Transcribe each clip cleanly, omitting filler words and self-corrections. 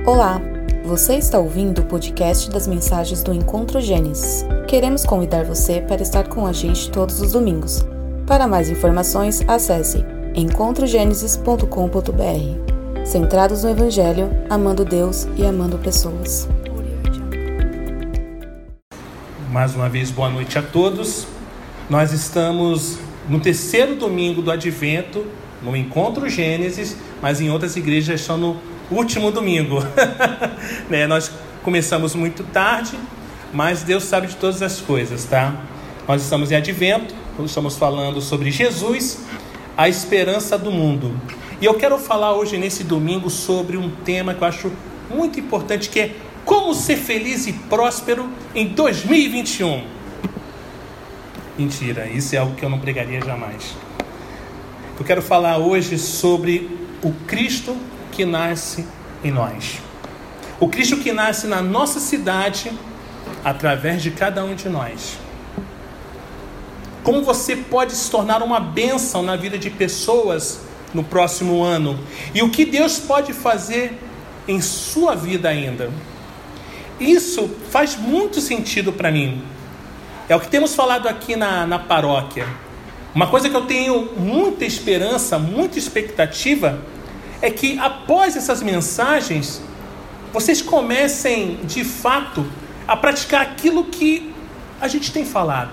Olá, você está ouvindo o podcast das mensagens do Encontro Gênesis. Queremos convidar você para estar com a gente todos os domingos. Para mais informações, acesse encontrogenesis.com.br. Centrados no Evangelho, amando Deus e amando pessoas. Mais uma vez, boa noite a todos. Nós estamos no terceiro domingo do Advento, no Encontro Gênesis, mas em outras igrejas estão no último domingo. Nós começamos muito tarde, mas Deus sabe de todas as coisas, tá? Nós estamos em Advento, estamos falando sobre Jesus, a esperança do mundo. E eu quero falar hoje, nesse domingo, sobre um tema que eu acho muito importante, que é como ser feliz e próspero em 2021. Mentira, isso é algo que eu não pregaria jamais. Eu quero falar hoje sobre o Cristo que nasce em nós. O Cristo que nasce na nossa cidade, através de cada um de nós. Como você pode se tornar uma bênção na vida de pessoas no próximo ano. E o que Deus pode fazer em sua vida ainda. Isso faz muito sentido para mim. É o que temos falado aqui na paróquia. Uma coisa que eu tenho muita esperança, muita expectativa, é que após essas mensagens, vocês comecem, de fato, a praticar aquilo que a gente tem falado.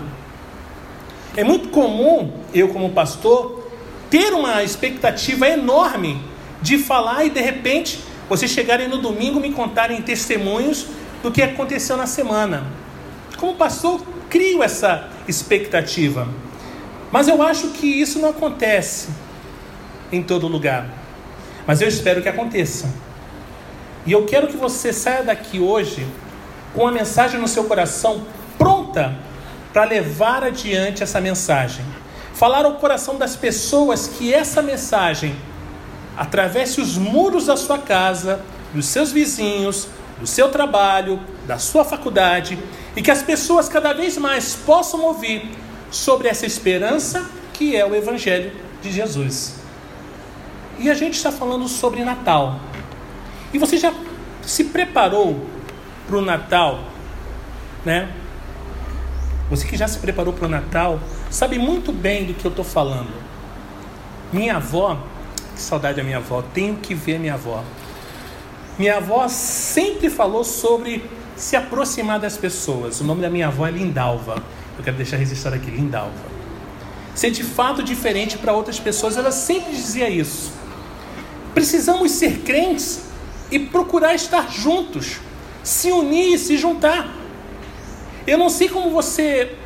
É muito comum, eu como pastor, ter uma expectativa enorme de falar e, de repente, vocês chegarem no domingo e me contarem testemunhos do que aconteceu na semana. Como pastor, crio essa expectativa. Mas eu acho que isso não acontece em todo lugar. Mas eu espero que aconteça. E eu quero que você saia daqui hoje com uma mensagem no seu coração pronta para levar adiante essa mensagem. Falar ao coração das pessoas que essa mensagem atravesse os muros da sua casa, dos seus vizinhos, do seu trabalho, da sua faculdade, e que as pessoas cada vez mais possam ouvir sobre essa esperança que é o Evangelho de Jesus. E a gente está falando sobre Natal. E você já se preparou para o Natal, né? Você que já se preparou para o Natal, sabe muito bem do que eu estou falando. Minha avó, que saudade da minha avó, tenho que ver minha avó. Minha avó sempre falou sobre se aproximar das pessoas. O nome da minha avó é Lindalva. Eu quero deixar registrado aqui, Lindalva. Ser de fato diferente para outras pessoas, ela sempre dizia isso. Precisamos ser crentes e procurar estar juntos, se unir e se juntar. Eu não sei como você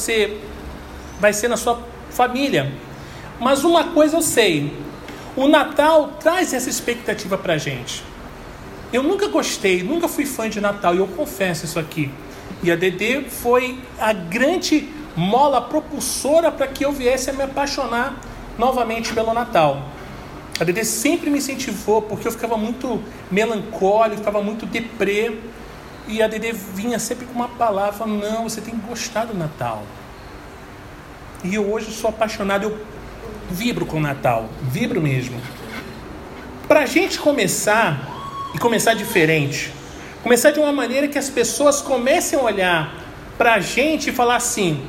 vai ser na sua família, mas uma coisa eu sei: o Natal traz essa expectativa para a gente. Eu nunca fui fã de Natal, e eu confesso isso aqui. E a Dedê foi a grande mola propulsora para que eu viesse a me apaixonar novamente pelo Natal. A Dedê sempre me incentivou, porque eu ficava muito melancólico, ficava muito deprê. E a Dedê vinha sempre com uma palavra: não, você tem que gostar do Natal. E eu hoje sou apaixonado, eu vibro com o Natal, vibro mesmo. Para a gente começar, e começar diferente, começar de uma maneira que as pessoas comecem a olhar para a gente e falar assim: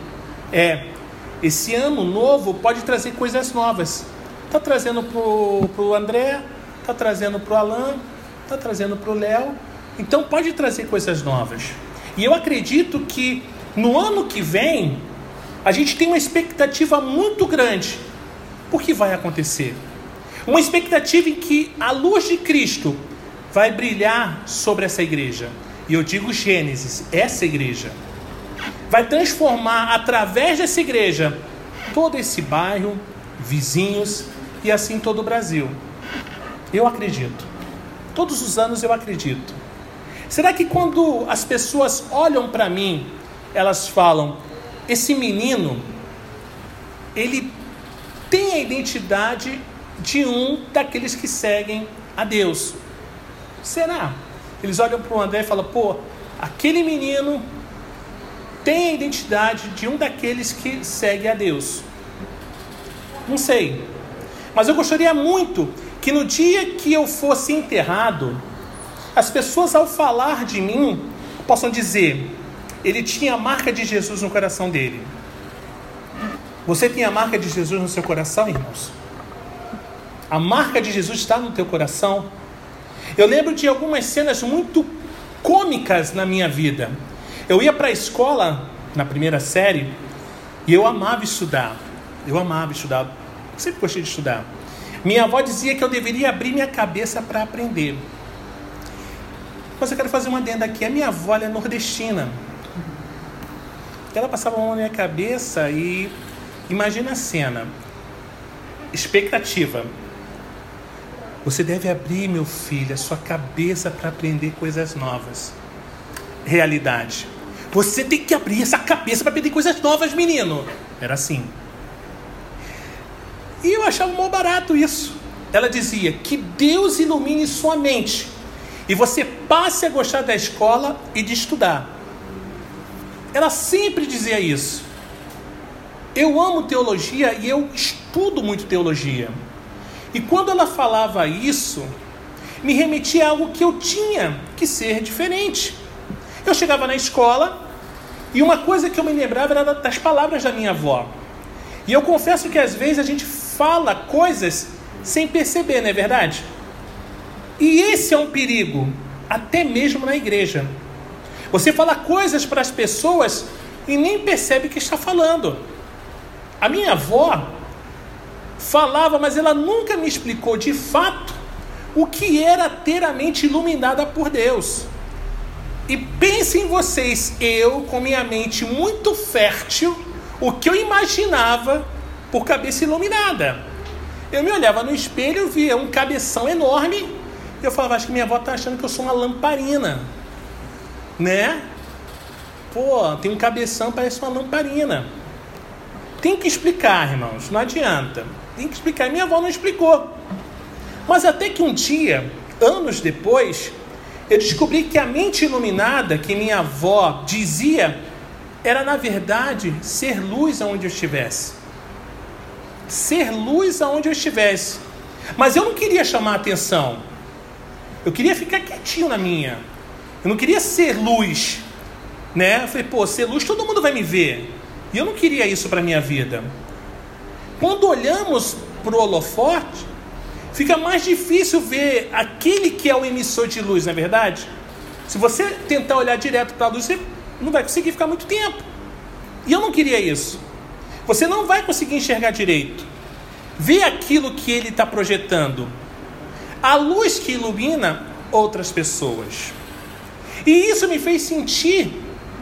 esse ano novo pode trazer coisas novas. Está trazendo pro André, está trazendo pro Alan, está trazendo pro Léo. Então pode trazer coisas novas. E eu acredito que no ano que vem a gente tem uma expectativa muito grande. O que vai acontecer? Uma expectativa em que a luz de Cristo vai brilhar sobre essa igreja. E eu digo Gênesis, essa igreja vai transformar através dessa igreja todo esse bairro, vizinhos e assim todo o Brasil. Eu acredito. Todos os anos eu acredito. Será que quando as pessoas olham para mim, elas falam: esse menino, ele tem a identidade de um daqueles que seguem a Deus? Será? Eles olham para o André e falam: pô, aquele menino tem a identidade de um daqueles que segue a Deus. Não sei. Mas eu gostaria muito que no dia que eu fosse enterrado, as pessoas ao falar de mim possam dizer: ele tinha a marca de Jesus no coração dele. Você tem a marca de Jesus no seu coração, irmãos? A marca de Jesus está no teu coração? Eu lembro de algumas cenas muito cômicas na minha vida. Eu ia para a escola na primeira série e eu amava estudar. Sempre gostei de estudar. Minha avó dizia que eu deveria abrir minha cabeça para aprender. Mas eu quero fazer uma adenda aqui. A minha avó, ela é nordestina. Ela passava a mão na minha cabeça e imagina a cena. Expectativa. Você deve abrir, meu filho, a sua cabeça para aprender coisas novas. Realidade. Você tem que abrir essa cabeça para aprender coisas novas, menino. Era assim. E eu achava mó barato isso. Ela dizia: que Deus ilumine sua mente e você passe a gostar da escola e de estudar. Ela sempre dizia isso. Eu amo teologia e eu estudo muito teologia. E quando ela falava isso, me remetia a algo que eu tinha que ser diferente. Eu chegava na escola e uma coisa que eu me lembrava era das palavras da minha avó. E eu confesso que às vezes a gente fala coisas sem perceber, não é verdade? E esse é um perigo, até mesmo na igreja. Você fala coisas para as pessoas e nem percebe que está falando. A minha avó falava, mas ela nunca me explicou de fato o que era ter a mente iluminada por Deus. E pensem vocês, eu com minha mente muito fértil, o que eu imaginava por cabeça iluminada. Eu me olhava no espelho, via um cabeção enorme, e eu falava: acho que minha avó está achando que eu sou uma lamparina, né? Pô, tem um cabeção, parece uma lamparina. Tem que explicar, irmãos, não adianta. Tem que explicar. Minha avó não explicou. Mas até que um dia, anos depois, eu descobri que a mente iluminada que minha avó dizia era, na verdade, ser luz aonde eu estivesse. Ser luz aonde eu estivesse. Mas eu não queria chamar a atenção. Eu queria ficar quietinho na minha. Eu não queria ser luz, né? Eu falei: pô, ser luz todo mundo vai me ver. E eu não queria isso para a minha vida. Quando olhamos para o holofote, fica mais difícil ver aquele que é o emissor de luz, não é verdade? Se você tentar olhar direto para a luz, você não vai conseguir ficar muito tempo. E eu não queria isso. Você não vai conseguir enxergar direito. Vê aquilo que ele está projetando. A luz que ilumina outras pessoas. E isso me fez sentir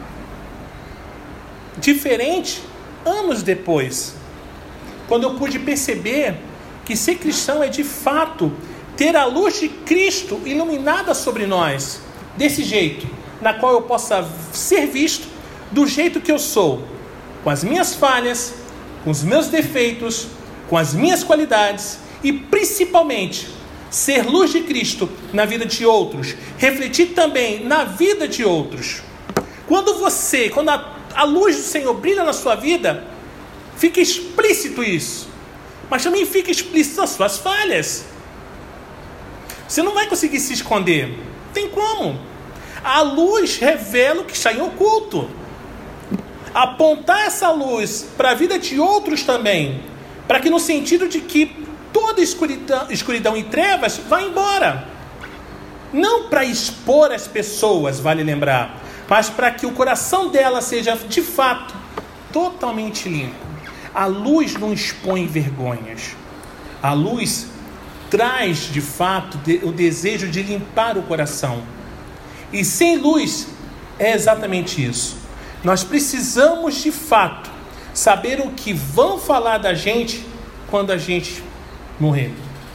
diferente anos depois, quando eu pude perceber que ser cristão é de fato ter a luz de Cristo iluminada sobre nós, desse jeito, na qual eu possa ser visto do jeito que eu sou, com as minhas falhas, com os meus defeitos, com as minhas qualidades e principalmente ser luz de Cristo na vida de outros, refletir também na vida de outros. Quando a luz do Senhor brilha na sua vida, fica explícito isso, mas também fica explícito as suas falhas. Você não vai conseguir se esconder, não tem como. A luz revela o que está em oculto. Apontar essa luz para a vida de outros também, para que no sentido de que toda escuridão e trevas vá embora. Não para expor as pessoas, vale lembrar, mas para que o coração dela seja de fato totalmente limpo. A luz não expõe vergonhas. A luz traz de fato o desejo de limpar o coração. E sem luz é exatamente isso. Nós precisamos de fato saber o que vão falar da gente quando a gente morrer.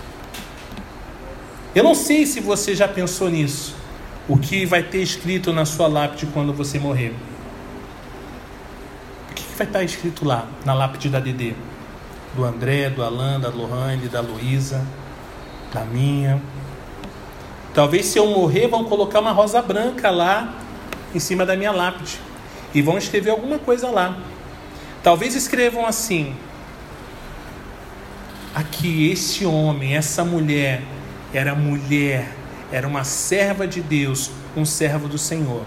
Eu não sei se você já pensou nisso. O que vai ter escrito na sua lápide quando você morrer? O que vai estar escrito lá na lápide da Dedê? Do André, do Alan, da Lohane, da Luísa, da minha. Talvez se eu morrer vão colocar uma rosa branca lá em cima da minha lápide e vão escrever alguma coisa lá. Talvez escrevam assim: aqui esse homem, essa mulher era mulher, era uma serva de Deus, um servo do Senhor.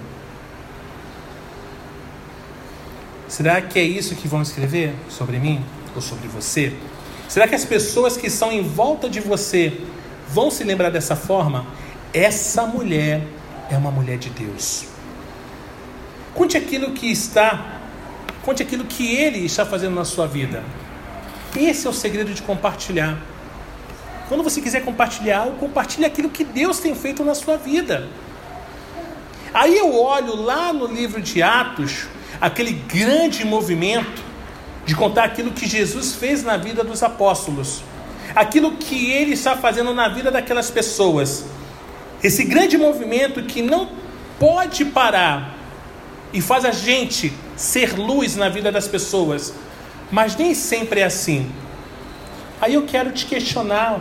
Será que é isso que vão escrever sobre mim ou sobre você? Será que as pessoas que estão em volta de você vão se lembrar dessa forma? Essa mulher é uma mulher de Deus. Conte aquilo que Ele está fazendo na sua vida. Esse é o segredo de compartilhar. Quando você quiser compartilhar, compartilhe aquilo que Deus tem feito na sua vida. Aí eu olho lá no livro de Atos, aquele grande movimento de contar aquilo que Jesus fez na vida dos apóstolos, aquilo que Ele está fazendo na vida daquelas pessoas. Esse grande movimento que não pode parar e faz a gente ser luz na vida das pessoas, mas nem sempre é assim. Aí eu quero te questionar: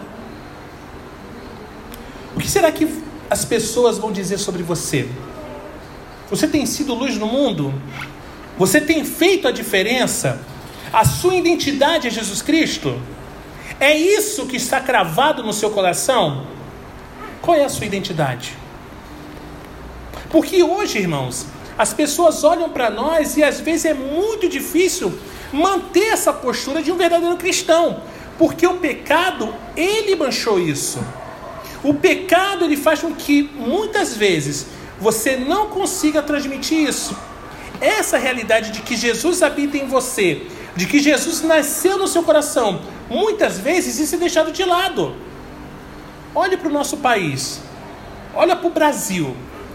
o que será que as pessoas vão dizer sobre você? Você tem sido luz no mundo? Você tem feito a diferença? A sua identidade é Jesus Cristo? É isso que está cravado no seu coração? Qual é a sua identidade? Porque hoje, irmãos, as pessoas olham para nós e às vezes é muito difícil manter essa postura de um verdadeiro cristão, porque o pecado, ele manchou isso. O pecado, ele faz com que muitas vezes você não consiga transmitir isso. Essa realidade de que Jesus habita em você, de que Jesus nasceu no seu coração, muitas vezes isso é deixado de lado. Olhe para o nosso país, olha para o Brasil.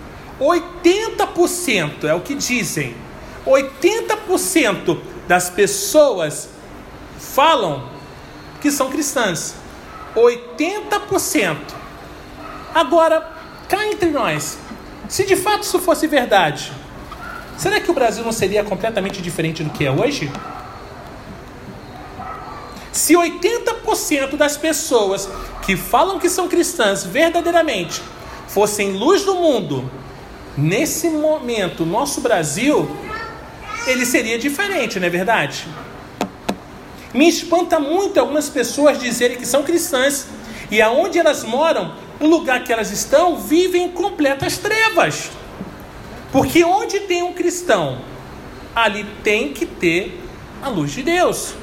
80%, é o que dizem, 80% das pessoas falam que são cristãs. 80%. Agora, cá entre nós, se de fato isso fosse verdade, será que o Brasil não seria completamente diferente do que é hoje? Se 80% das pessoas que falam que são cristãs verdadeiramente fossem luz do mundo, nesse momento, nosso Brasil, ele seria diferente, não é verdade? Me espanta muito algumas pessoas dizerem que são cristãs e aonde elas moram, no lugar que elas estão, vivem em completas trevas. Porque onde tem um cristão, ali tem que ter a luz de Deus.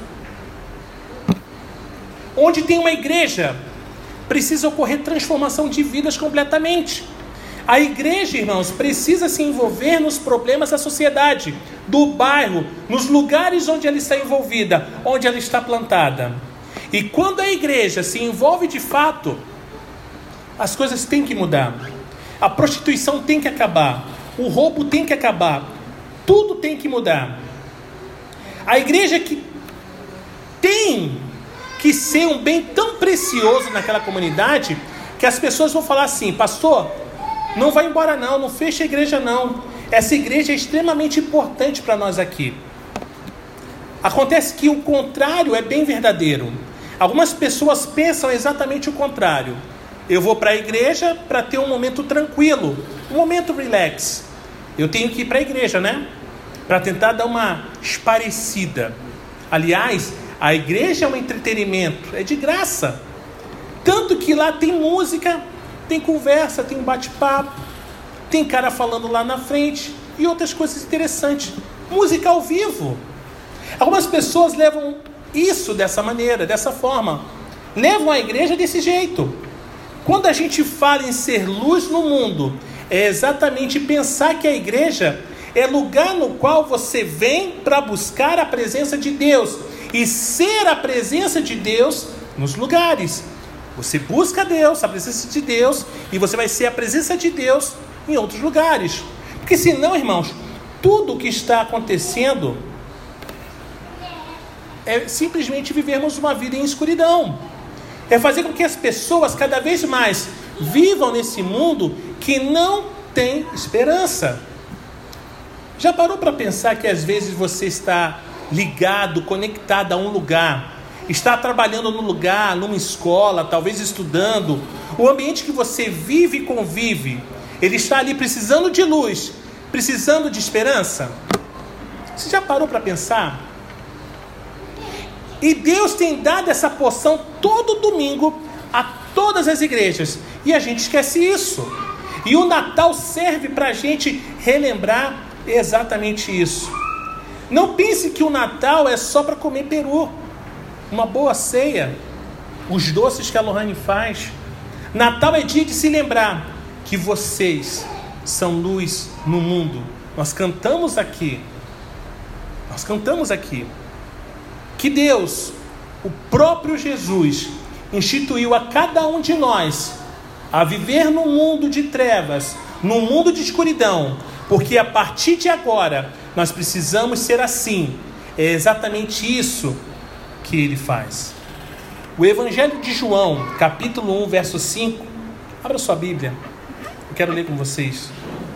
Onde tem uma igreja, precisa ocorrer transformação de vidas completamente. A igreja, irmãos, precisa se envolver nos problemas da sociedade, do bairro, nos lugares onde ela está envolvida, onde ela está plantada. E quando a igreja se envolve de fato, as coisas têm que mudar. A prostituição tem que acabar. O roubo tem que acabar. Tudo tem que mudar. A igreja que tem que ser um bem tão precioso naquela comunidade, que as pessoas vão falar assim: pastor, não vai embora não, não fecha a igreja não. Essa igreja é extremamente importante para nós aqui. Acontece que o contrário é bem verdadeiro. Algumas pessoas pensam exatamente o contrário. Eu vou para a igreja para ter um momento tranquilo, um momento relax. Eu tenho que ir para a igreja, né? Para tentar dar uma esparecida. Aliás, a igreja é um entretenimento, é de graça. Tanto que lá tem música, tem conversa, tem um bate-papo, tem cara falando lá na frente e outras coisas interessantes. Música ao vivo. Algumas pessoas levam isso dessa maneira, dessa forma. Levam a igreja desse jeito. Quando a gente fala em ser luz no mundo, é exatamente pensar que a igreja é lugar no qual você vem para buscar a presença de Deus e ser a presença de Deus nos lugares. Você busca Deus, a presença de Deus, e você vai ser a presença de Deus em outros lugares. Porque senão, irmãos, tudo o que está acontecendo é simplesmente vivermos uma vida em escuridão. É fazer com que as pessoas cada vez mais vivam nesse mundo que não tem esperança. Já parou para pensar que às vezes você está ligado, conectado a um lugar, está trabalhando num lugar, numa escola, talvez estudando, o ambiente que você vive e convive, ele está ali precisando de luz, precisando de esperança? Você já parou para pensar? E Deus tem dado essa porção todo domingo a todas as igrejas. E a gente esquece isso. E o Natal serve para a gente relembrar exatamente isso. Não pense que o Natal é só para comer peru. Uma boa ceia, os doces que a Lohane faz. Natal é dia de se lembrar que vocês são luz no mundo. Nós cantamos aqui. Que Deus, o próprio Jesus, instituiu a cada um de nós a viver no mundo de trevas, no mundo de escuridão, porque a partir de agora nós precisamos ser assim. É exatamente isso que ele faz. O Evangelho de João, capítulo 1, verso 5. Abra sua Bíblia. Eu quero ler com vocês.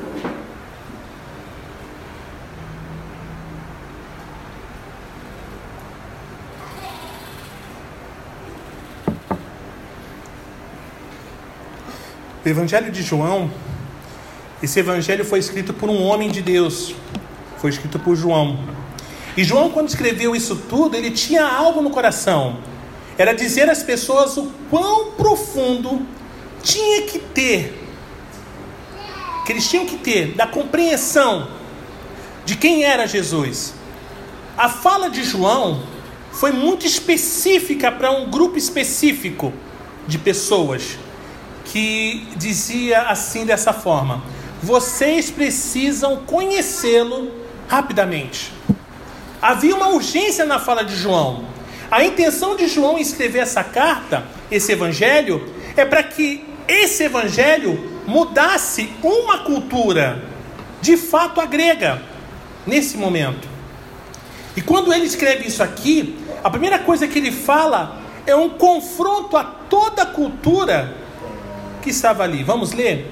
O Evangelho de João, esse evangelho foi escrito por um homem de Deus. Foi escrito por João. E João, quando escreveu isso tudo, ele tinha algo no coração. Era dizer às pessoas o quão profundo tinha que ter, que eles tinham que ter, da compreensão de quem era Jesus. A fala de João foi muito específica para um grupo específico de pessoas, que dizia assim, dessa forma: vocês precisam conhecê-lo rapidamente. Havia uma urgência na fala de João. A intenção de João em escrever essa carta, esse evangelho, é para que esse evangelho mudasse uma cultura, de fato a grega, nesse momento. E quando ele escreve isso aqui, a primeira coisa que ele fala é um confronto a toda a cultura que estava ali. Vamos ler?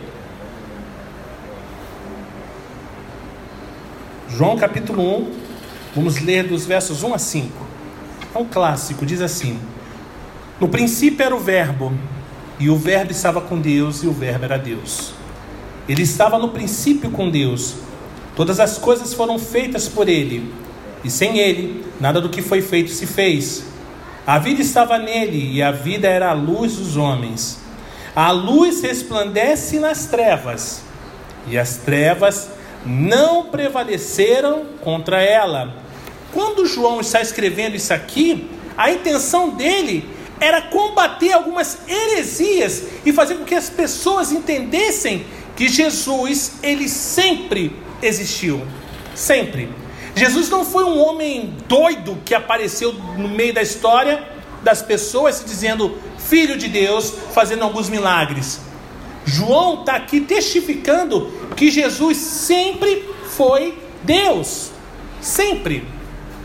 João capítulo 1, vamos ler dos versos 1 a 5. É um clássico, diz assim: no princípio era o Verbo, e o Verbo estava com Deus, e o Verbo era Deus. Ele estava no princípio com Deus. Todas as coisas foram feitas por ele, e sem ele, nada do que foi feito se fez. A vida estava nele, e a vida era a luz dos homens. A luz resplandece nas trevas, e as trevas não prevaleceram contra ela. Quando João está escrevendo isso aqui, a intenção dele era combater algumas heresias e fazer com que as pessoas entendessem que Jesus, ele sempre existiu. Sempre. Jesus não foi um homem doido que apareceu no meio da história das pessoas se dizendo filho de Deus, fazendo alguns milagres. João está aqui testificando que Jesus sempre foi Deus. Sempre.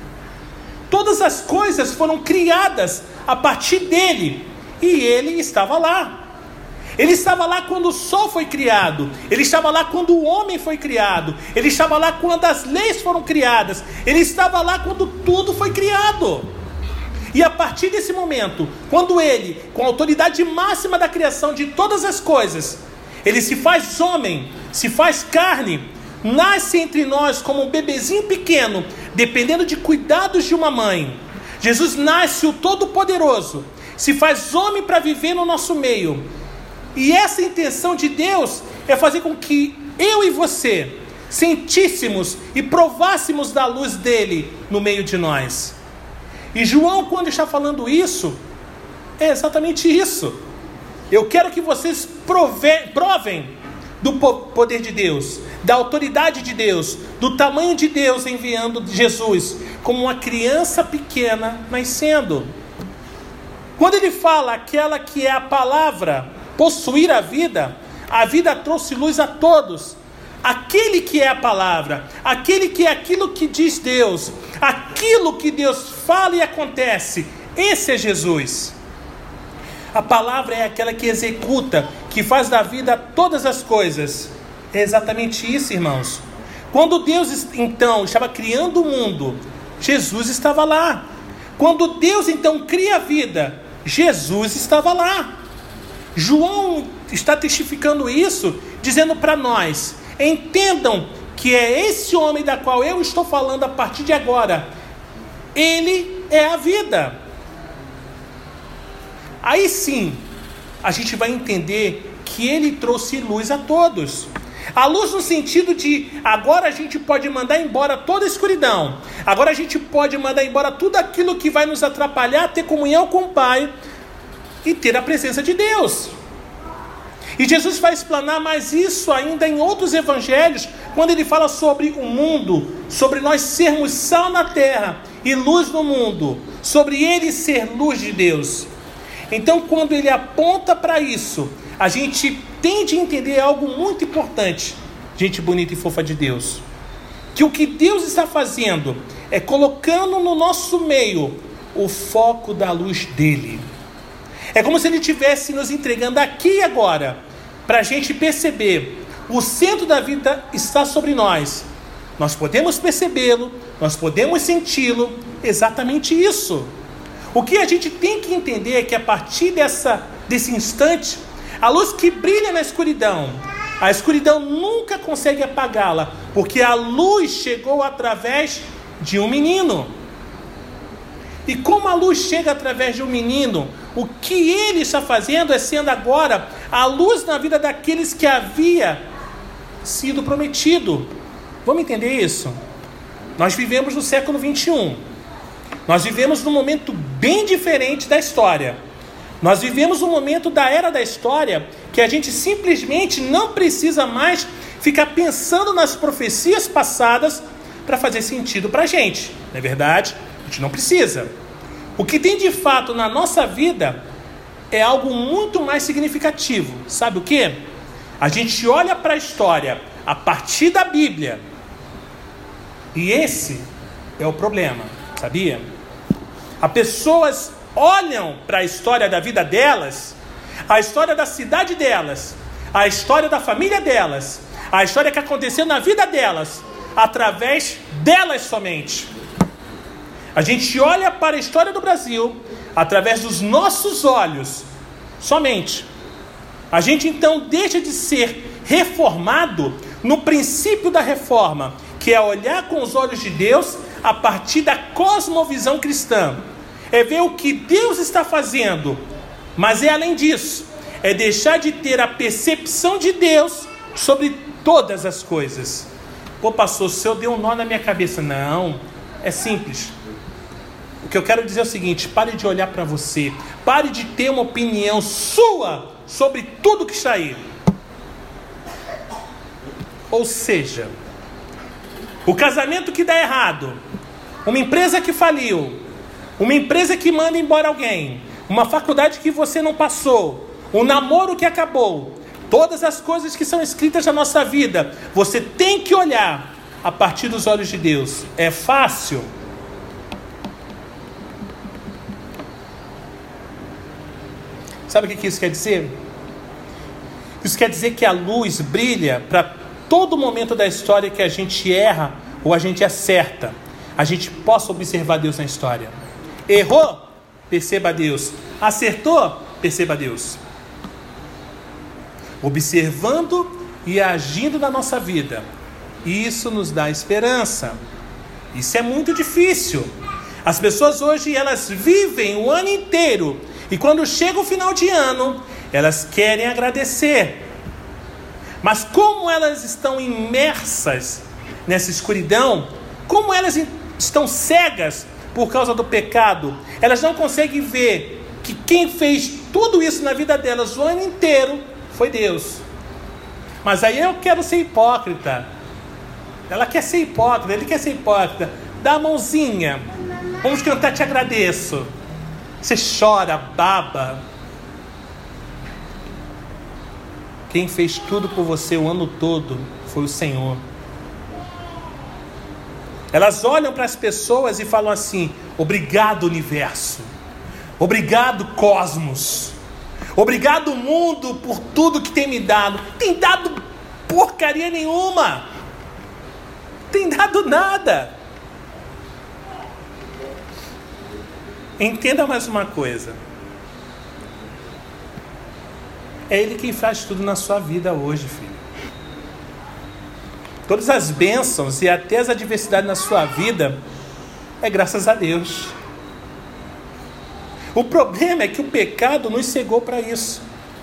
Todas as coisas foram criadas a partir dele, e ele estava lá. Ele estava lá quando o sol foi criado, ele estava lá quando o homem foi criado, ele estava lá quando as leis foram criadas, ele estava lá quando tudo foi criado. E a partir desse momento, quando ele, com a autoridade máxima da criação de todas as coisas, ele se faz homem, se faz carne, nasce entre nós como um bebezinho pequeno, dependendo de cuidados de uma mãe. Jesus nasce o Todo-Poderoso, se faz homem para viver no nosso meio. E essa intenção de Deus é fazer com que eu e você sentíssemos e provássemos da luz dele no meio de nós. E João, quando está falando isso, é exatamente isso. Eu quero que vocês provem do poder de Deus, da autoridade de Deus, do tamanho de Deus enviando Jesus como uma criança pequena nascendo. Quando ele fala aquela que é a palavra, possuir a vida trouxe luz a todos. Aquele que é a palavra, aquele que é aquilo que diz Deus, aquilo que Deus fala e acontece, esse é Jesus. A palavra é aquela que executa, que faz da vida todas as coisas. É exatamente isso, irmãos. Quando Deus, então, estava criando o mundo, Jesus estava lá. Quando Deus, então, cria a vida, Jesus estava lá. João está testificando isso, dizendo para nós: entendam que é esse homem da qual eu estou falando a partir de agora. Ele é a vida. Aí sim, a gente vai entender que ele trouxe luz a todos. A luz no sentido de, agora a gente pode mandar embora toda a escuridão. Agora a gente pode mandar embora tudo aquilo que vai nos atrapalhar, ter comunhão com o Pai e ter a presença de Deus. E Jesus vai explanar mais isso ainda em outros evangelhos, quando ele fala sobre o mundo, sobre nós sermos sal na terra e luz no mundo, sobre ele ser luz de Deus. Então, quando ele aponta para isso, a gente tem de entender algo muito importante, gente bonita e fofa de Deus, que o que Deus está fazendo é colocando no nosso meio o foco da luz dele. É como se ele estivesse nos entregando aqui e agora, para a gente perceber, o centro da vida está sobre nós. Nós podemos percebê-lo, nós podemos senti-lo, exatamente isso. O que a gente tem que entender é que a partir desse instante, a luz que brilha na escuridão, a escuridão nunca consegue apagá-la, porque a luz chegou através de um menino. E como a luz chega através de um menino, o que ele está fazendo é sendo agora a luz na vida daqueles que havia sido prometido. Vamos entender isso? Nós vivemos no século 21. Nós vivemos num momento bem diferente da história. Nós vivemos um momento da era da história que a gente simplesmente não precisa mais ficar pensando nas profecias passadas para fazer sentido para a gente. Não é verdade? A gente não precisa. O que tem de fato na nossa vida é algo muito mais significativo. Sabe o quê? A gente olha para a história a partir da Bíblia. E esse é o problema, sabia? As pessoas olham para a história da vida delas, a história da cidade delas, a história da família delas, a história que aconteceu na vida delas, através delas somente. A gente olha para a história do Brasil através dos nossos olhos somente. A gente então deixa de ser reformado no princípio da reforma, que é olhar com os olhos de Deus a partir da cosmovisão cristã. É ver o que Deus está fazendo, mas é além disso, é deixar de ter a percepção de Deus sobre todas as coisas. Pô, pastor, o senhor deu um nó na minha cabeça. Não, é simples. O que eu quero dizer é o seguinte: pare de olhar para você, pare de ter uma opinião sua sobre tudo que está aí. Ou seja, o casamento que dá errado, uma empresa que faliu, uma empresa que manda embora alguém, uma faculdade que você não passou, um namoro que acabou, todas as coisas que são escritas na nossa vida, você tem que olhar a partir dos olhos de Deus. É fácil? Sabe o que isso quer dizer? Isso quer dizer que a luz brilha para todo momento da história que a gente erra ou a gente acerta. A gente possa observar Deus na história. Errou? Perceba Deus. Acertou? Perceba Deus. Observando e agindo na nossa vida. Isso nos dá esperança. Isso é muito difícil. As pessoas hoje, elas vivem o ano inteiro. E quando chega o final de ano, elas querem agradecer. Mas como elas estão imersas nessa escuridão, como elas estão cegas por causa do pecado, elas não conseguem ver que quem fez tudo isso na vida delas o ano inteiro foi Deus. Mas aí eu quero ser hipócrita. Ela quer ser hipócrita, ele quer ser hipócrita. Dá a mãozinha. Vamos cantar Te Agradeço. Você chora, baba. Quem fez tudo por você o ano todo foi o Senhor. Elas olham para as pessoas e falam assim: obrigado, universo. Obrigado, cosmos. Obrigado, mundo, por tudo que tem me dado. Tem dado porcaria nenhuma. Tem dado nada. Entenda mais uma coisa. É Ele quem faz tudo na sua vida hoje, filho. Todas as bênçãos e até as adversidades na sua vida é graças a Deus. O problema é que o pecado nos cegou para isso.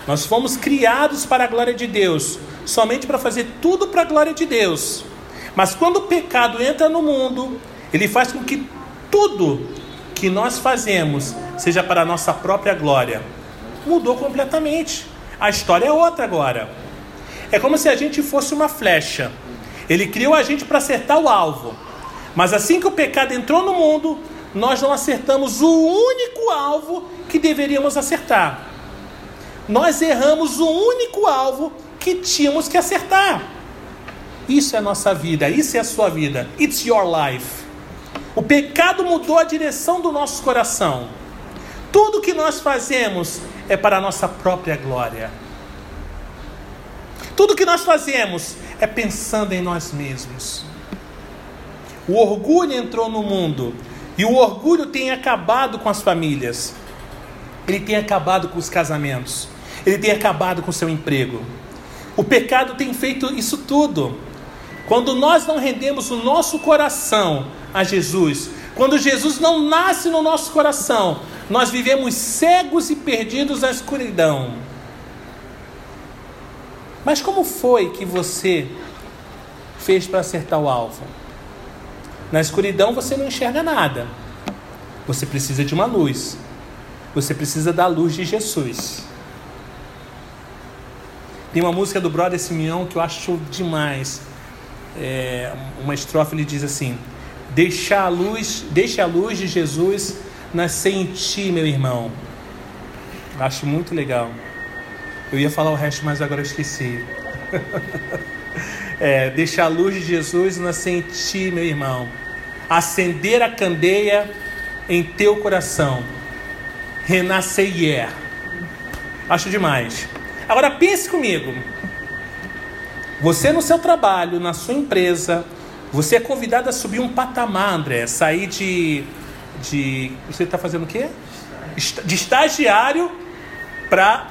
Nós fomos criados para a glória de Deus, somente para fazer tudo para a glória de Deus. Mas quando o pecado entra no mundo, ele faz com que tudo que nós fazemos seja para a nossa própria glória. Mudou completamente. A história é outra agora. É como se a gente fosse uma flecha. Ele criou a gente para acertar o alvo. Mas assim que o pecado entrou no mundo, nós não acertamos o único alvo que deveríamos acertar. Nós erramos o único alvo que tínhamos que acertar. Isso é a nossa vida, isso é a sua vida. It's your life. O pecado mudou a direção do nosso coração. Tudo que nós fazemos é para a nossa própria glória. Tudo que nós fazemos é pensando em nós mesmos. O orgulho entrou no mundo e o orgulho tem acabado com as famílias. Ele tem acabado com os casamentos. Ele tem acabado com o seu emprego. O pecado tem feito isso tudo. Quando nós não rendemos o nosso coração a Jesus, quando Jesus não nasce no nosso coração, nós vivemos cegos e perdidos na escuridão. Mas como foi que você fez para acertar o alvo? Na escuridão você não enxerga nada. Você precisa de uma luz. Você precisa da luz de Jesus. Tem uma música do Brother Simeão que eu acho demais. Uma estrofe ele diz assim: deixe a luz de Jesus nascer em ti, meu irmão. Eu acho muito legal. Eu ia falar o resto, mas agora eu esqueci. Deixa a luz de Jesus nascer em ti, meu irmão. Acender a candeia em teu coração. Renascer. Acho demais. Agora pense comigo. Você no seu trabalho, na sua empresa, você é convidado a subir um patamar, André. Sair de você está fazendo o quê? De estagiário para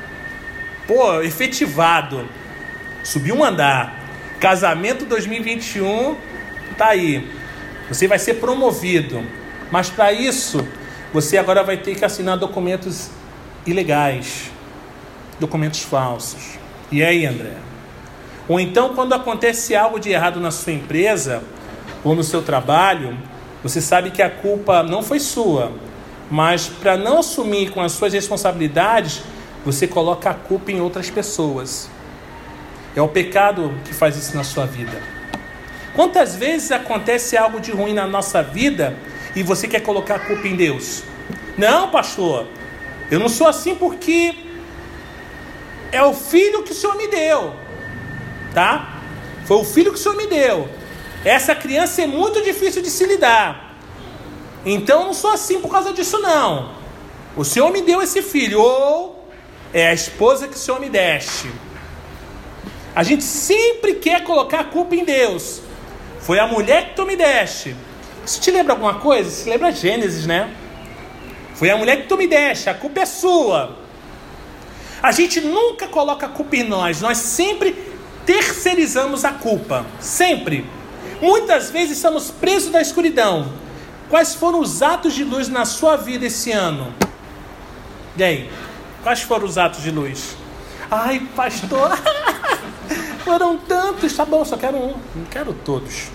efetivado. Subir um andar. Casamento 2021 tá aí. Você vai ser promovido. Mas para isso, você agora vai ter que assinar documentos ilegais. Documentos falsos. E aí, André? Ou então, quando acontece algo de errado na sua empresa ou no seu trabalho, você sabe que a culpa não foi sua, mas para não assumir com as suas responsabilidades, você coloca a culpa em outras pessoas. É o pecado que faz isso na sua vida. Quantas vezes acontece algo de ruim na nossa vida e você quer colocar a culpa em Deus? Não, pastor, eu não sou assim porque é o filho que o Senhor me deu. Tá? Foi o filho que o Senhor me deu. Essa criança é muito difícil de se lidar. Então eu não sou assim por causa disso não. O Senhor me deu esse filho. Ou é a esposa que o Senhor me deste. A gente sempre quer colocar a culpa em Deus. Foi a mulher que tu me deste. Isso te lembra alguma coisa? Isso lembra Gênesis, né? Foi a mulher que tu me deste. A culpa é sua. A gente nunca coloca a culpa em nós. Nós sempre terceirizamos a culpa, sempre. Muitas vezes estamos presos na escuridão. Quais foram os atos de luz na sua vida esse ano? E aí? Quais foram os atos de luz? Ai, pastor, foram tantos. Tá bom, só quero um, não quero todos.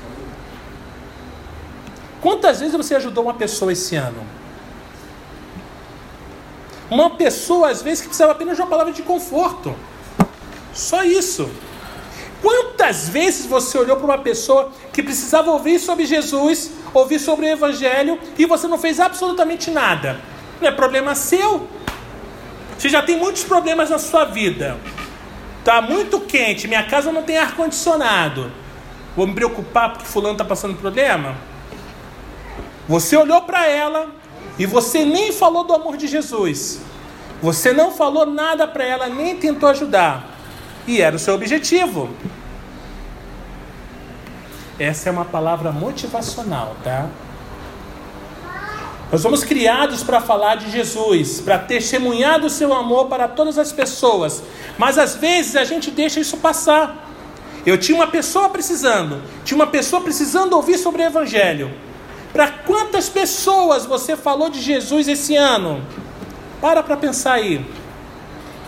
Quantas vezes você ajudou uma pessoa esse ano? Uma pessoa, às vezes, que precisava apenas de uma palavra de conforto. Só isso. Quantas vezes você olhou para uma pessoa que precisava ouvir sobre Jesus, ouvir sobre o Evangelho, e você não fez absolutamente nada? Não é problema seu. Você já tem muitos problemas na sua vida. Está muito quente, minha casa não tem ar-condicionado. Vou me preocupar porque fulano está passando problema? Você olhou para ela e você nem falou do amor de Jesus. Você não falou nada para ela, nem tentou ajudar. E era o seu objetivo. Essa é uma palavra motivacional, tá? Nós somos criados para falar de Jesus, para testemunhar do seu amor para todas as pessoas. Mas às vezes a gente deixa isso passar. Eu tinha uma pessoa precisando ouvir sobre o Evangelho. Para quantas pessoas você falou de Jesus esse ano? Para pensar aí.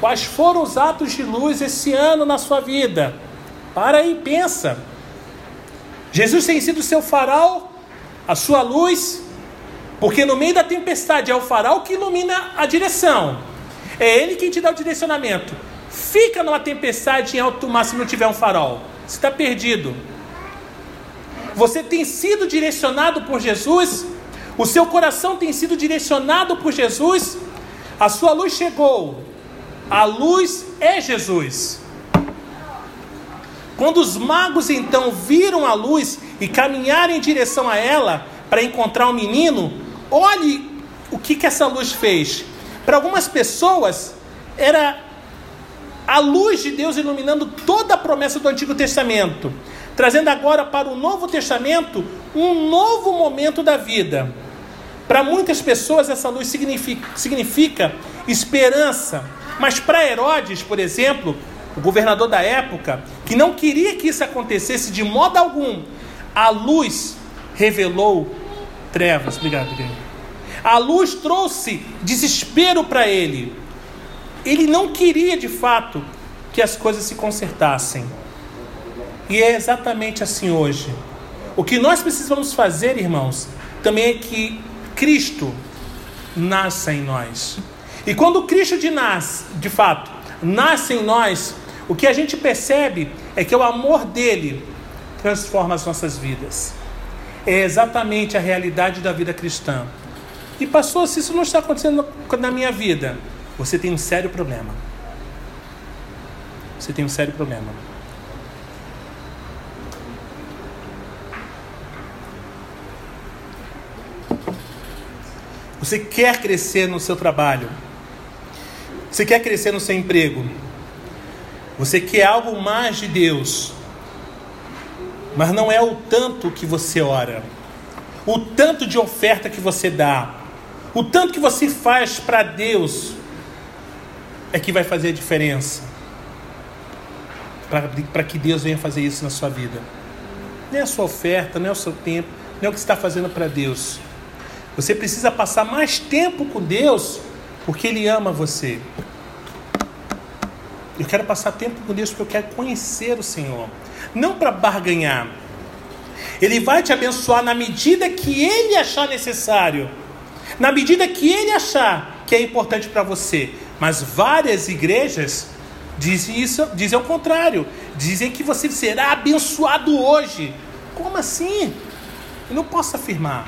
Quais foram os atos de luz esse ano na sua vida? Para aí, pensa. Jesus tem sido o seu farol, a sua luz, porque no meio da tempestade é o farol que ilumina a direção. É Ele quem te dá o direcionamento. Fica numa tempestade em alto mar se não tiver um farol. Você está perdido. Você tem sido direcionado por Jesus? O seu coração tem sido direcionado por Jesus? A sua luz chegou. A luz é Jesus. Quando os magos então viram a luz e caminharam em direção a ela para encontrar o menino, olhe o que essa luz fez. Para algumas pessoas era a luz de Deus iluminando toda a promessa do Antigo Testamento, trazendo agora para o Novo Testamento um novo momento da vida. Para muitas pessoas essa luz significa esperança, mas para Herodes, por exemplo, o governador da época, que não queria que isso acontecesse de modo algum, a luz revelou trevas. Obrigado, Guilherme. A luz trouxe desespero para ele. Ele não queria de fato que as coisas se consertassem. E é exatamente assim hoje. O que nós precisamos fazer, irmãos, também é que Cristo nasça em nós. E quando Cristo de fato nasce em nós, o que a gente percebe é que o amor dele transforma as nossas vidas. É exatamente a realidade da vida cristã. E pastor, se isso não está acontecendo na minha vida, você tem um sério problema. Você tem um sério problema. Você quer crescer no seu trabalho. Você quer crescer no seu emprego. Você quer algo mais de Deus. Mas não é o tanto que você ora. O tanto de oferta que você dá. O tanto que você faz para Deus é que vai fazer a diferença. Para que Deus venha fazer isso na sua vida. Não é a sua oferta, não é o seu tempo, não é o que você está fazendo para Deus. Você precisa passar mais tempo com Deus porque Ele ama você. Eu quero passar tempo com Deus porque eu quero conhecer o Senhor. Não para barganhar. Ele vai te abençoar na medida que Ele achar necessário. Na medida que Ele achar que é importante para você. Mas várias igrejas dizem ao contrário. Dizem que você será abençoado hoje. Como assim? Eu não posso afirmar.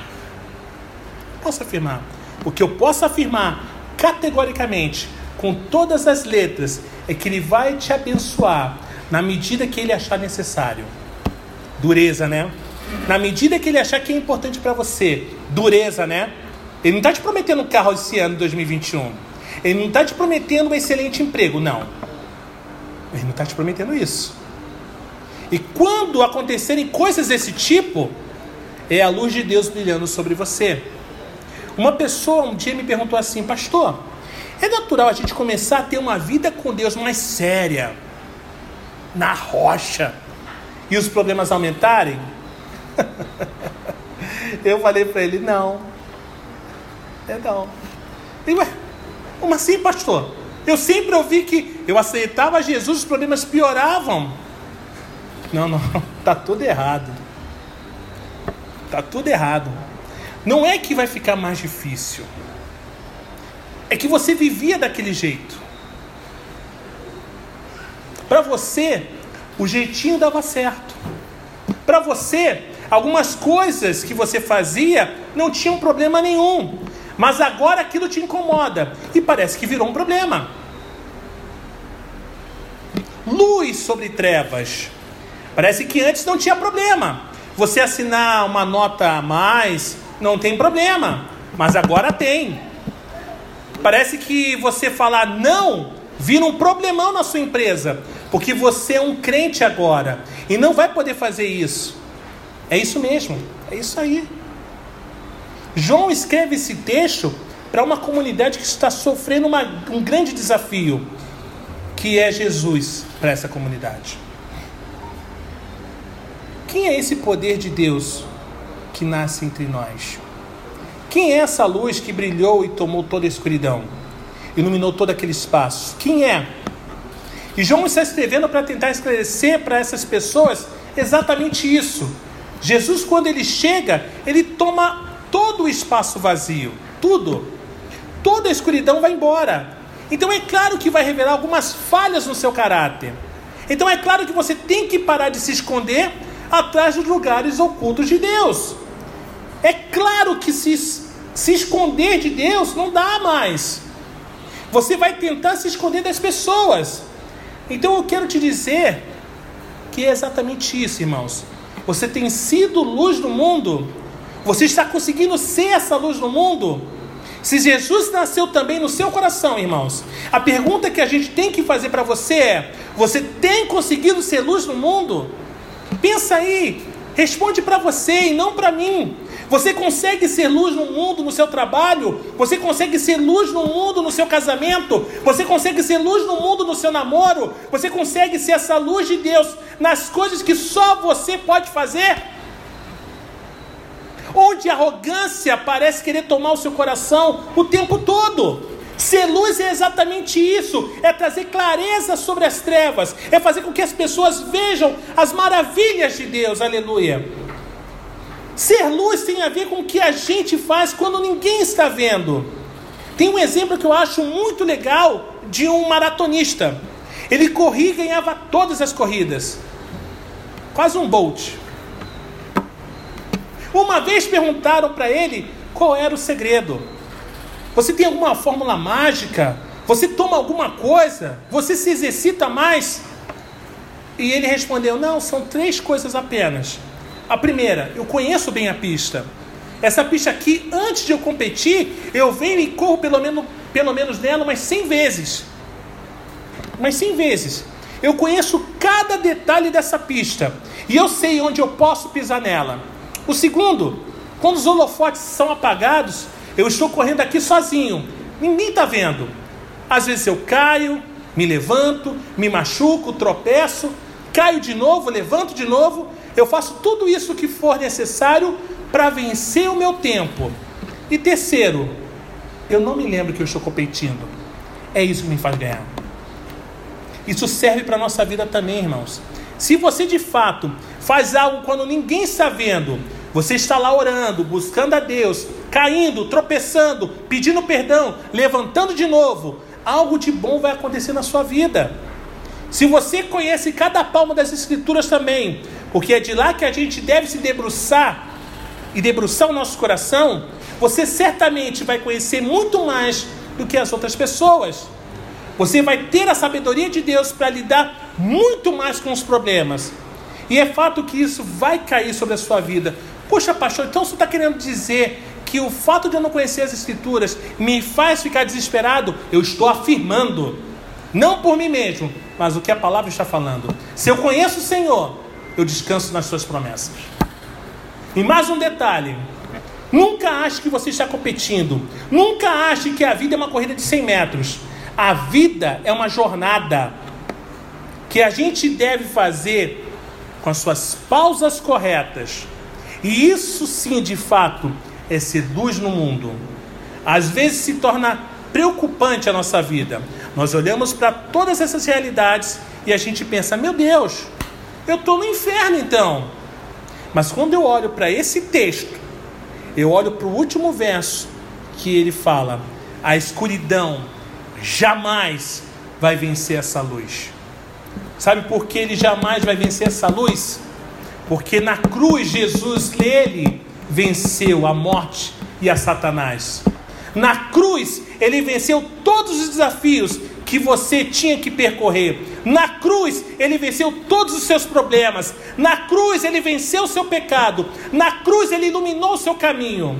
O que eu posso afirmar categoricamente, com todas as letras, é que Ele vai te abençoar na medida que Ele achar necessário. Dureza, né? Na medida que Ele achar que é importante para você. Dureza, né? Ele não está te prometendo um carro esse ano, 2021. Ele não está te prometendo um excelente emprego, não. Ele não está te prometendo isso. E quando acontecerem coisas desse tipo, é a luz de Deus brilhando sobre você. Uma pessoa um dia me perguntou assim: pastor, é natural a gente começar a ter uma vida com Deus mais séria, na rocha, e os problemas aumentarem? Eu falei para ele: não. E, ué, como assim, pastor? Eu sempre ouvi que eu aceitava Jesus, os problemas pioravam. Não, está tudo errado. Está tudo errado. Não é que vai ficar mais difícil. É que você vivia daquele jeito. Para você, o jeitinho dava certo. Para você, algumas coisas que você fazia não tinham problema nenhum. Mas agora aquilo te incomoda. E parece que virou um problema. Luz sobre trevas. Parece que antes não tinha problema. Você assinar uma nota a mais, não tem problema. Mas agora tem. Parece que você falar não, vira um problemão na sua empresa. Porque você é um crente agora. E não vai poder fazer isso. É isso mesmo. É isso aí. João escreve esse texto para uma comunidade que está sofrendo um grande desafio, que é Jesus para essa comunidade. Quem é esse poder de Deus que nasce entre nós? Quem é essa luz que brilhou e tomou toda a escuridão? iluminou todo aquele espaço. Quem é? E João está escrevendo para tentar esclarecer para essas pessoas exatamente isso. Jesus, quando ele chega, ele toma todo o espaço vazio, tudo. Toda a escuridão vai embora. Então é claro que vai revelar algumas falhas no seu caráter. Então é claro que você tem que parar de se esconder atrás dos lugares ocultos de Deus. É claro que se esconder de Deus não dá mais. Você vai tentar se esconder das pessoas. Então eu quero te dizer que é exatamente isso, irmãos. Você tem sido luz no mundo. Você está conseguindo ser essa luz no mundo. Se Jesus nasceu também no seu coração, irmãos, a pergunta que a gente tem que fazer para você é: você tem conseguido ser luz no mundo? Pensa aí, responde para você e não para mim. Você consegue ser luz no mundo no seu trabalho? Você consegue ser luz no mundo no seu casamento? Você consegue ser luz no mundo no seu namoro? Você consegue ser essa luz de Deus nas coisas que só você pode fazer? Onde a arrogância parece querer tomar o seu coração o tempo todo. Ser luz é exatamente isso, é trazer clareza sobre as trevas, é fazer com que as pessoas vejam as maravilhas de Deus, aleluia. Ser luz tem a ver com o que a gente faz quando ninguém está vendo. Tem um exemplo que eu acho muito legal de um maratonista. Ele corria e ganhava todas as corridas, quase um Bolt. Uma vez perguntaram para ele qual era o segredo. Você tem alguma fórmula mágica? Você toma alguma coisa? Você se exercita mais? E ele respondeu: não, são 3 coisas apenas. A primeira, eu conheço bem a pista. Essa pista aqui, antes de eu competir, eu venho e corro pelo menos nela umas 100 vezes. Umas 100 vezes. Eu conheço cada detalhe dessa pista. E eu sei onde eu posso pisar nela. O segundo, quando os holofotes são apagados, eu estou correndo aqui sozinho. Ninguém está vendo. Às vezes eu caio, me levanto, me machuco, tropeço, caio de novo, levanto de novo. Eu faço tudo isso que for necessário para vencer o meu tempo. E terceiro, eu não me lembro que eu estou competindo. É isso que me faz ganhar. Isso serve para a nossa vida também, irmãos. Se você de fato faz algo quando ninguém está vendo, você está lá orando, buscando a Deus, caindo, tropeçando, pedindo perdão, levantando de novo, algo de bom vai acontecer na sua vida. Se você conhece cada palmo das Escrituras também, porque é de lá que a gente deve se debruçar e debruçar o nosso coração, você certamente vai conhecer muito mais do que as outras pessoas. Você vai ter a sabedoria de Deus para lidar muito mais com os problemas. E é fato que isso vai cair sobre a sua vida. Poxa, pastor, então você está querendo dizer que o fato de eu não conhecer as Escrituras me faz ficar desesperado? Eu estou afirmando, não por mim mesmo, mas o que a palavra está falando. Se eu conheço o Senhor, eu descanso nas suas promessas. E mais um detalhe: nunca ache que você está competindo. Nunca ache que a vida é uma corrida de 100 metros. A vida é uma jornada que a gente deve fazer com as suas pausas corretas. E isso sim, de fato, é ser luz no mundo. Às vezes se torna preocupante a nossa vida. Nós olhamos para todas essas realidades e a gente pensa: meu Deus, eu estou no inferno então. Mas quando eu olho para esse texto, eu olho para o último verso, que ele fala: a escuridão jamais vai vencer essa luz. Sabe por que ele jamais vai vencer essa luz? Porque na cruz Jesus, ele venceu a morte e a Satanás. Na cruz ele venceu todos os desafios que você tinha que percorrer. Na cruz ele venceu todos os seus problemas. Na cruz ele venceu o seu pecado. Na cruz ele iluminou o seu caminho.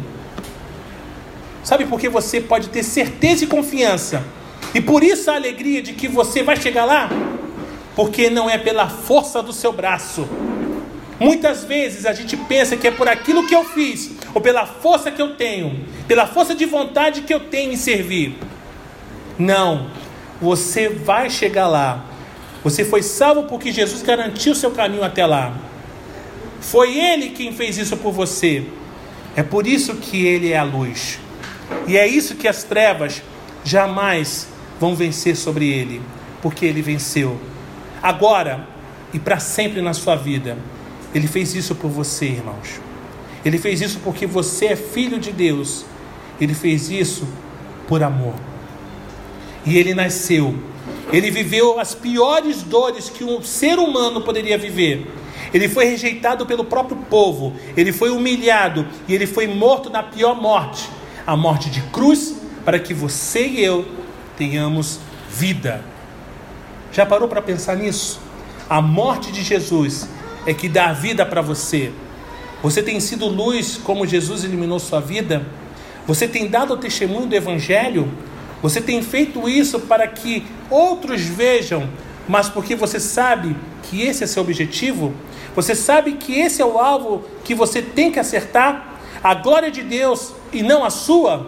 Sabe por que você pode ter certeza e confiança? E por isso a alegria de que você vai chegar lá? Porque não é pela força do seu braço. Muitas vezes a gente pensa que é por aquilo que eu fiz, ou pela força que eu tenho, pela força de vontade que eu tenho em servir. Não, você vai chegar lá. Você foi salvo porque Jesus garantiu o seu caminho até lá. Foi Ele quem fez isso por você. É por isso que Ele é a luz. E é isso que as trevas jamais vão vencer sobre ele, porque ele venceu. Agora e para sempre na sua vida. Ele fez isso por você, irmãos. Ele fez isso porque você é filho de Deus. Ele fez isso por amor. E ele nasceu. Ele viveu as piores dores que um ser humano poderia viver. Ele foi rejeitado pelo próprio povo. Ele foi humilhado. E ele foi morto na pior morte. A morte de cruz, para que você e eu tenhamos vida. Já parou para pensar nisso? A morte de Jesus é que dá a vida para você. Você tem sido luz como Jesus iluminou sua vida? Você tem dado o testemunho do Evangelho? Você tem feito isso para que outros vejam, mas porque você sabe que esse é seu objetivo? Você sabe que esse é o alvo que você tem que acertar? A glória de Deus e não a sua?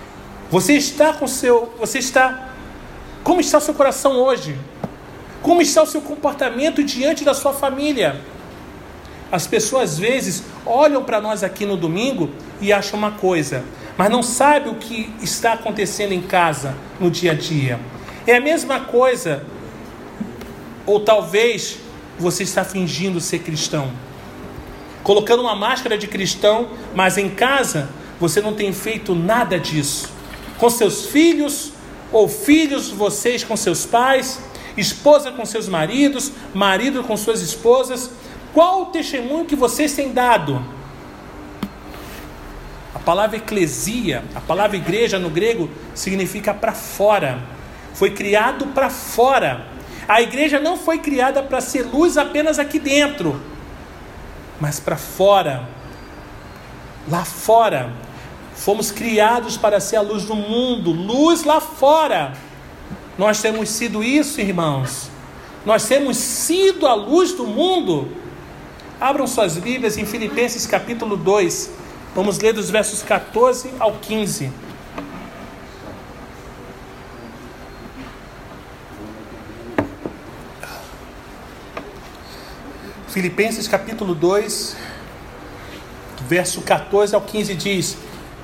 Como está o seu coração hoje? Como está o seu comportamento diante da sua família? As pessoas às vezes olham para nós aqui no domingo e acham uma coisa, mas não sabem o que está acontecendo em casa, no dia a dia. É a mesma coisa, ou talvez você está fingindo ser cristão, colocando uma máscara de cristão, mas em casa você não tem feito nada disso. Com seus filhos, ou filhos vocês com seus pais, esposa com seus maridos, marido com suas esposas. Qual o testemunho que vocês têm dado? A palavra eclesia, a palavra igreja no grego, significa para fora. Foi criado para fora. A igreja não foi criada para ser luz apenas aqui dentro, mas para fora. Lá fora. Fomos criados para ser a luz do mundo. Luz lá fora. Nós temos sido isso, irmãos. Nós temos sido a luz do mundo. Abram suas Bíblias em Filipenses capítulo 2. Vamos ler dos versos 14 ao 15. Filipenses capítulo 2, verso 14 ao 15 diz: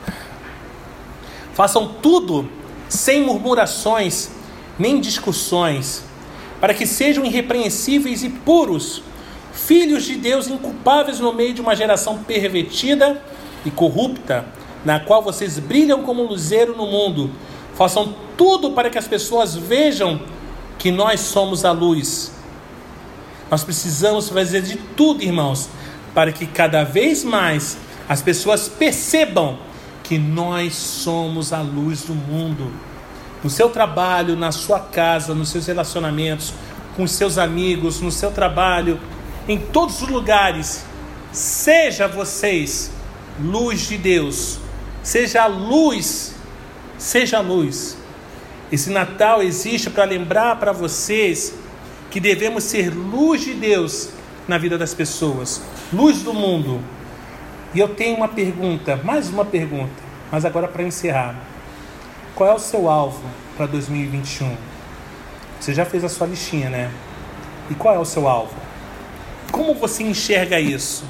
façam tudo sem murmurações nem discussões, para que sejam irrepreensíveis e puros, filhos de Deus inculpáveis no meio de uma geração pervertida e corrupta, na qual vocês brilham como luzeiro no mundo. Façam tudo para que as pessoas vejam que nós somos a luz. Nós precisamos fazer de tudo, irmãos, para que cada vez mais as pessoas percebam que nós somos a luz do mundo. No seu trabalho, na sua casa, nos seus relacionamentos, com os seus amigos, no seu trabalho, em todos os lugares, seja vocês luz de Deus, seja a luz, seja a luz. Esse Natal existe para lembrar para vocês que devemos ser luz de Deus na vida das pessoas, luz do mundo. E eu tenho uma pergunta, mais uma pergunta, mas agora para encerrar. Qual é o seu alvo para 2021? Você já fez a sua listinha, né? E qual é o seu alvo? Como você enxerga isso?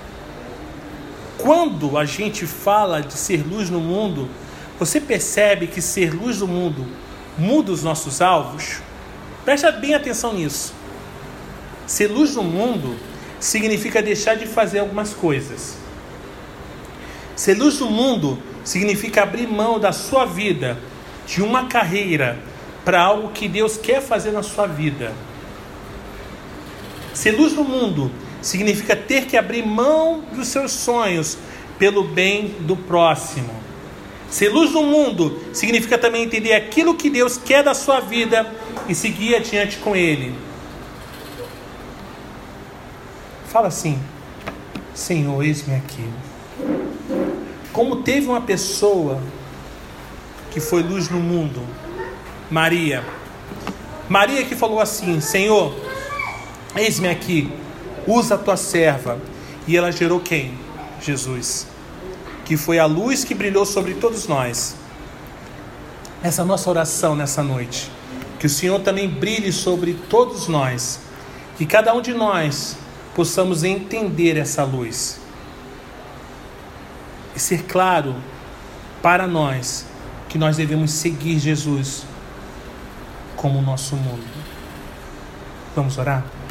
Quando a gente fala de ser luz no mundo, você percebe que ser luz do mundo muda os nossos alvos? Presta bem atenção nisso. Ser luz no mundo significa deixar de fazer algumas coisas. Ser luz do mundo significa abrir mão da sua vida, de uma carreira, para algo que Deus quer fazer na sua vida. Ser luz no mundo significa ter que abrir mão dos seus sonhos pelo bem do próximo. Ser luz no mundo significa também entender aquilo que Deus quer da sua vida e seguir adiante com Ele. Fala assim: Senhor, eis-me aqui. Como teve uma pessoa que foi luz no mundo, Maria que falou assim: Senhor, eis-me aqui, usa a tua serva. E ela gerou quem? Jesus, que foi a luz que brilhou sobre todos nós. Essa nossa oração nessa noite, que o Senhor também brilhe sobre todos nós, que cada um de nós possamos entender essa luz e ser claro para nós que nós devemos seguir Jesus como o nosso mundo. Vamos orar?